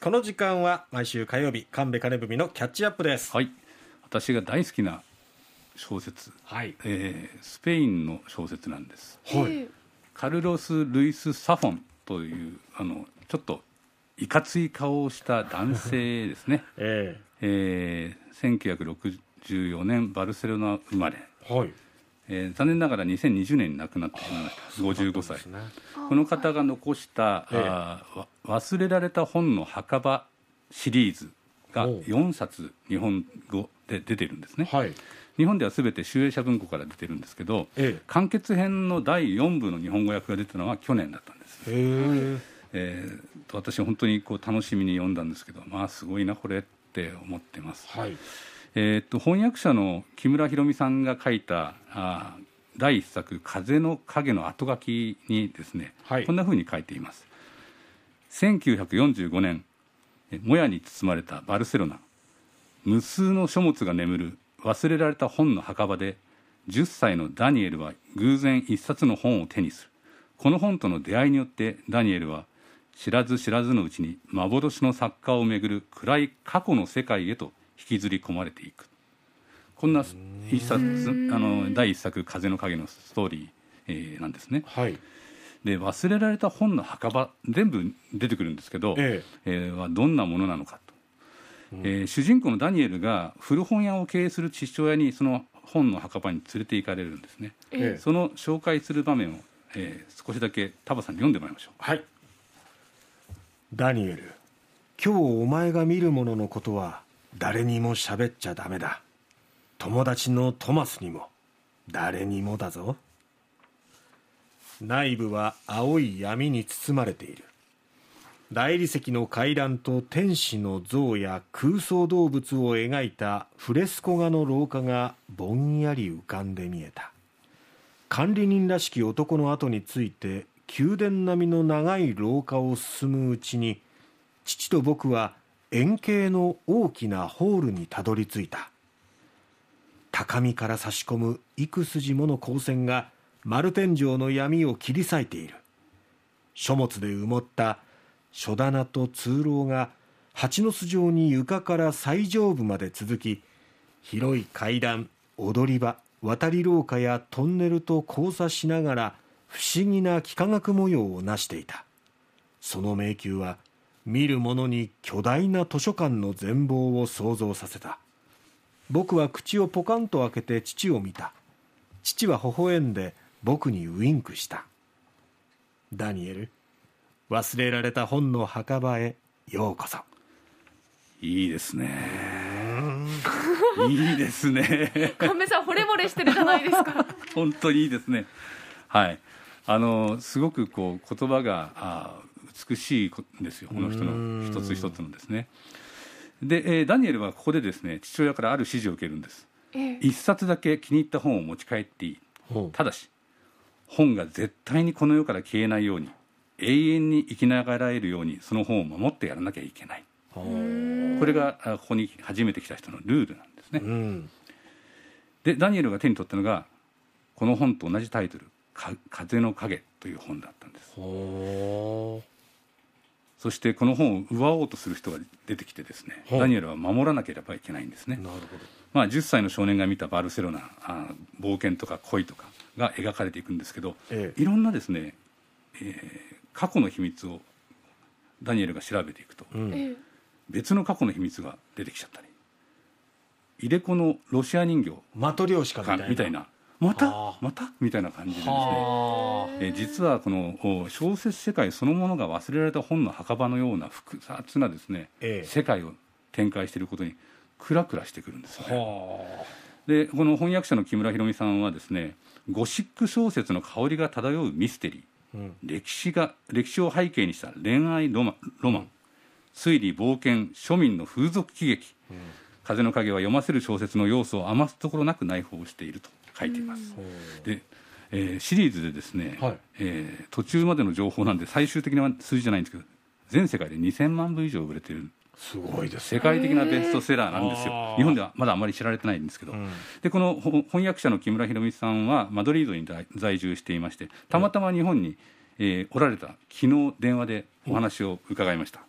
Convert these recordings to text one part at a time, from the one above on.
この時間は毎週火曜日、神戸金文のキャッチアップです。 はい、私が大好きな小説、スペインの小説なんです。カルロス・ルイス・サフォンというちょっといかつい顔をした男性ですね。1964年バルセロナ生まれ、残念ながら2020年に亡くなってしまいました。55歳。この方が残した、忘れられた本の墓場シリーズが4冊日本語で出てるんですね。日本では全て集英社文庫から出てるんですけど、完結編の第4部の日本語訳が出たのは去年だったんです。私本当に楽しみに読んだんですけど、すごいなこれって思ってます。翻訳者の木村弘美さんが書いた第一作風の影の後書きにですね、こんな風に書いています。1945年、もやに包まれたバルセロナ、無数の書物が眠る忘れられた本の墓場で10歳のダニエルは偶然一冊の本を手にする。この本との出会いによってダニエルは知らず知らずのうちに幻の作家をめぐる暗い過去の世界へと引きずり込まれていく。こんな一冊第一作風の影のストーリー、なんですね。で忘れられた本の墓場全部出てくるんですけど、はどんなものなのかと、主人公のダニエルが古本屋を経営する父親にその本の墓場に連れて行かれるんですね。その紹介する場面を、少しだけタバさんに読んでもらいましょう。 ダニエル、今日お前が見るもののことは誰にも喋っちゃダメだ。友達のトマスにも誰にもだぞ。内部は青い闇に包まれている。大理石の階段と天使の像や空想動物を描いたフレスコ画の廊下がぼんやり浮かんで見えた。管理人らしき男の後について宮殿並みの長い廊下を進むうちに、父と僕は円形の大きなホールにたどり着いた。高みから差し込む幾筋もの光線が丸天井の闇を切り裂いている。書物で埋もった書棚と通路が蜂の巣状に床から最上部まで続き、広い階段、踊り場、渡り廊下やトンネルと交差しながら不思議な幾何学模様をなしていた。その迷宮は見る者に巨大な図書館の全貌を想像させた。僕は口をポカンと開けて父を見た。父は微笑んで僕にウインクした。ダニエル、忘れられた本の墓場へようこそ。 いいですね。いいですね。 神戸さん惚れ惚れしてるじゃないですか。 本当にいいですね。すごく言葉が美しいんですよ、この人の一つ一つのですね。で、ダニエルはここでですね、父親からある指示を受けるんです。一冊だけ気に入った本を持ち帰っていい。ただし本が絶対にこの世から消えないように、永遠に生きながらえるようにその本を守ってやらなきゃいけない。これがここに初めて来た人のルールなんですね。でダニエルが手に取ったのがこの本と同じタイトル、風の影という本だったんです。そしてこの本を奪おうとする人が出てきてですね、ダニエルは守らなければいけないんですね。10歳の少年が見たバルセロナ、冒険とか恋とかが描かれていくんですけど、いろんなですね、過去の秘密をダニエルが調べていくと、別の過去の秘密が出てきちゃったり、入れ子のロシア人形マトリョーシカみたいなまたみたいな感じでですね、実はこの小説世界そのものが忘れられた本の墓場のような複雑なですね、世界を展開していることにクラクラしてくるんですよね。でこの翻訳者の木村弘美さんはですね、ゴシック小説の香りが漂うミステリー、歴史を背景にした恋愛ロマン、推理冒険、庶民の風俗喜劇、風の影は読ませる小説の要素を余すところなく内包していると書いています。で、シリーズでですね、途中までの情報なんで最終的な数字じゃないんですけど、全世界で2000万部以上売れている、 すごいです、 世界的なベストセラーなんですよ。日本ではまだあまり知られてないんですけど、でこの翻訳者の木村弘美さんはマドリードに在住していまして、たまたま日本に、おられた昨日電話でお話を伺いました。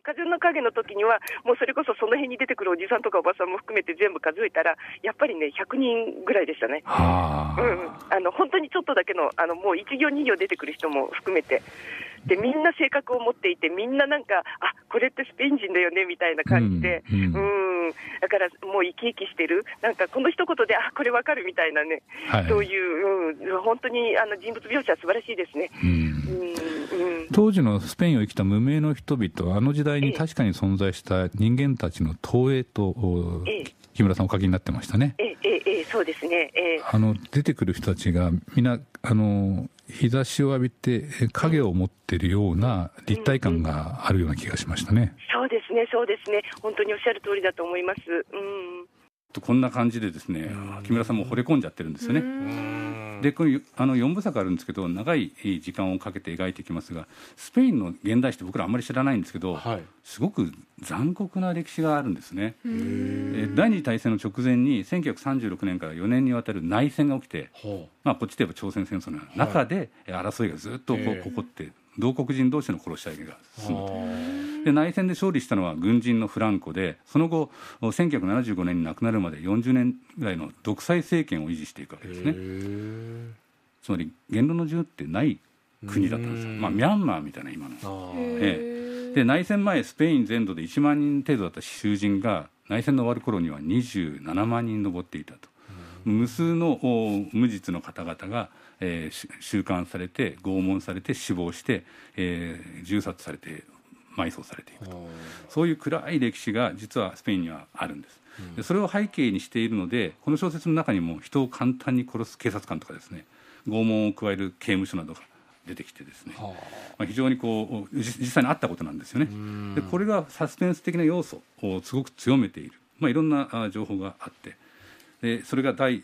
風の影の時にはもうそれこそその辺に出てくるおじさんとかおばさんも含めて全部数えたらやっぱりね100人ぐらいでしたね。本当にちょっとだけのもう1行2行出てくる人も含めて、でみんな性格を持っていて、みんななんかこれってスペイン人だよねみたいな感じで、だからもう生き生きしてる、なんかこの一言でこれわかるみたいなね、そういう、本当に人物描写は素晴らしいですね。 当時のスペインを生きた無名の人々、あの時代に確かに存在した人間たちの投影と、木村さんお書きになってましたね。 そうですね。 出てくる人たちがみんな日差しを浴びて影を持っているような立体感があるような気がしましたね。 そうですね、そうですね。本当におっしゃる通りだと思います。 こんな感じでですね、木村さんも惚れ込んじゃってるんですよね。でこれ4部作あるんですけど、長い時間をかけて描いていきますが、スペインの現代史って僕らあんまり知らないんですけど、すごく残酷な歴史があるんですね。第二次大戦の直前に1936年から4年にわたる内戦が起きて、こっちで言えば朝鮮戦争の中で争いがずっと起こって、同国人同士の殺し合いが進むと。で内戦で勝利したのは軍人のフランコで、その後1975年に亡くなるまで40年ぐらいの独裁政権を維持していくわけですね。つまり言論の自由ってない国だったんですよ。ミャンマーみたいな今の。で内戦前スペイン全土で1万人程度だった囚人が内戦の終わる頃には27万人上っていたと。無数の無実の方々が、収監されて拷問されて死亡して、銃殺されて埋葬されていくと、そういう暗い歴史が実はスペインにはあるんです。でそれを背景にしているので、この小説の中にも人を簡単に殺す警察官とかですね、拷問を加える刑務所などが出てきてですね、非常に実際にあったことなんですよね。でこれがサスペンス的な要素をすごく強めている、いろんな情報があって、でそれが第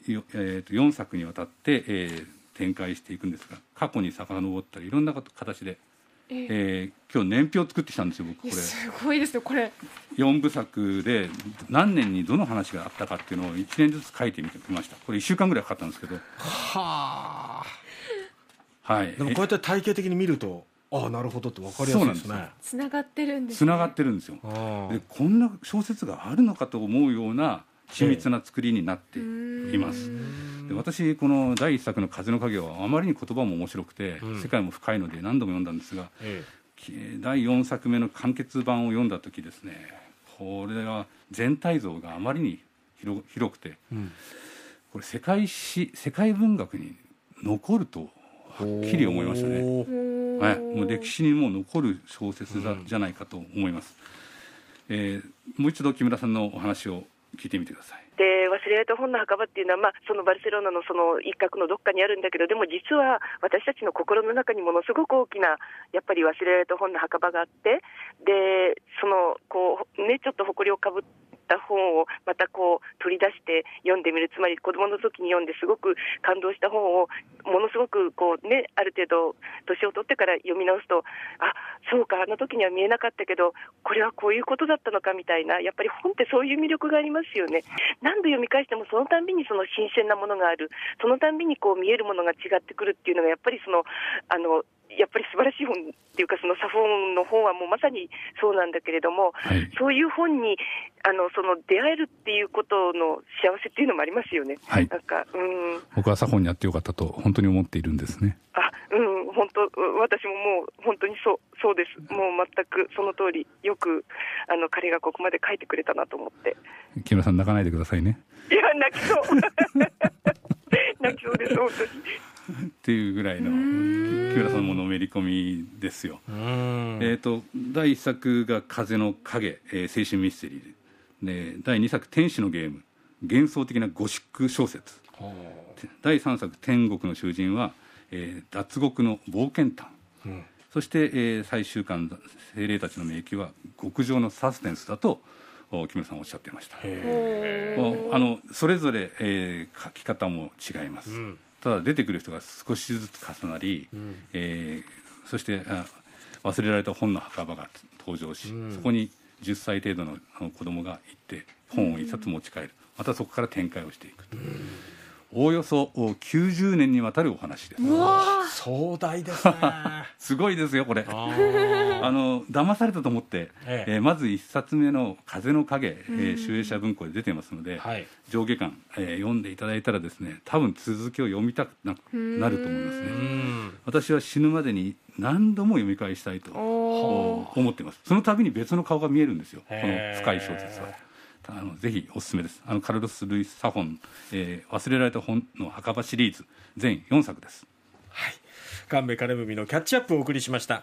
4作にわたって、展開していくんですが、過去に遡ったりいろんな形で、今日年表を作ってきたんですよ僕。これすごいですよ。これ 4部作で何年にどの話があったかっていうのを1年ずつ書いてみました。これ1週間ぐらいかかったんですけど、 でもこうやって体系的に見るとなるほどって分かりやすいですね。 つながってるんですね。 つながってるんですよ。でこんな小説があるのかと思うような緻密な作りになっています。で私この第一作の風の影はあまりに言葉も面白くて、世界も深いので何度も読んだんですが、第4作目の完結版を読んだ時ですね、これは全体像があまりに広くて、これ世界文学に残るとはっきり思いましたね。もう歴史にも残る小説じゃないかと思います。もう一度木村さんのお話を聞いてみてください。 で忘れられた本の墓場っていうのは、そのバルセロナのその一角のどっかにあるんだけど、でも実は私たちの心の中にものすごく大きなやっぱり忘れられた本の墓場があって、でそのちょっと誇りをかぶった本をまた取り出して読んでみる、つまり子どもの時に読んですごく感動した本をものすごくある程度年を取ってから読み直すと、そうか、あの時には見えなかったけどこれはこういうことだったのかみたいな、やっぱり本ってそういう魅力がありますよね。何度読み返してもそのたんびにその新鮮なものがある、そのたんびに見えるものが違ってくるっていうのがやっぱりやっぱり素晴らしい本っていうか、そのサフォンの本はもうまさにそうなんだけれども、そういう本にその出会えるっていうことの幸せっていうのもありますよね。なんか僕はサフォンにやってよかったと本当に思っているんですね。 本当私ももう本当にそうです。もう全くその通り、よく彼がここまで書いてくれたなと思って。 木村さん泣かないでくださいね。 いや泣きそう泣きそうです本当にっていうぐらいの木村さんものめり込みですよ。第1作が風の影、青春ミステリーで、第2作天使のゲーム、幻想的なゴシック小説、第3作天国の囚人は、脱獄の冒険譚、そして、最終巻精霊たちの迷宮は極上のサスペンスだと木村さんおっしゃっていました。それぞれ、書き方も違います。ただ出てくる人が少しずつ重なり、そして忘れられた本の墓場が登場し、そこに10歳程度の子供が行って本を一冊持ち帰る、またそこから展開をしていくと、 おおよそ90年にわたるお話です。 うわ壮大ですねすごいですよこれ。 あ騙されたと思って、まず1冊目の「風の影」集英社文庫で出てますので、 はい上下巻、読んでいただいたらですね、多分続きを読みたくなると思いますね。私は死ぬまでに何度も読み返したいと思っています。その度に別の顔が見えるんですよ、この深い小説は。ぜひおすすめです。カルロス・ルイス・サフォン、忘れられた本の墓場シリーズ全4作です。 はい、神戸金文のキャッチアップをお送りしました。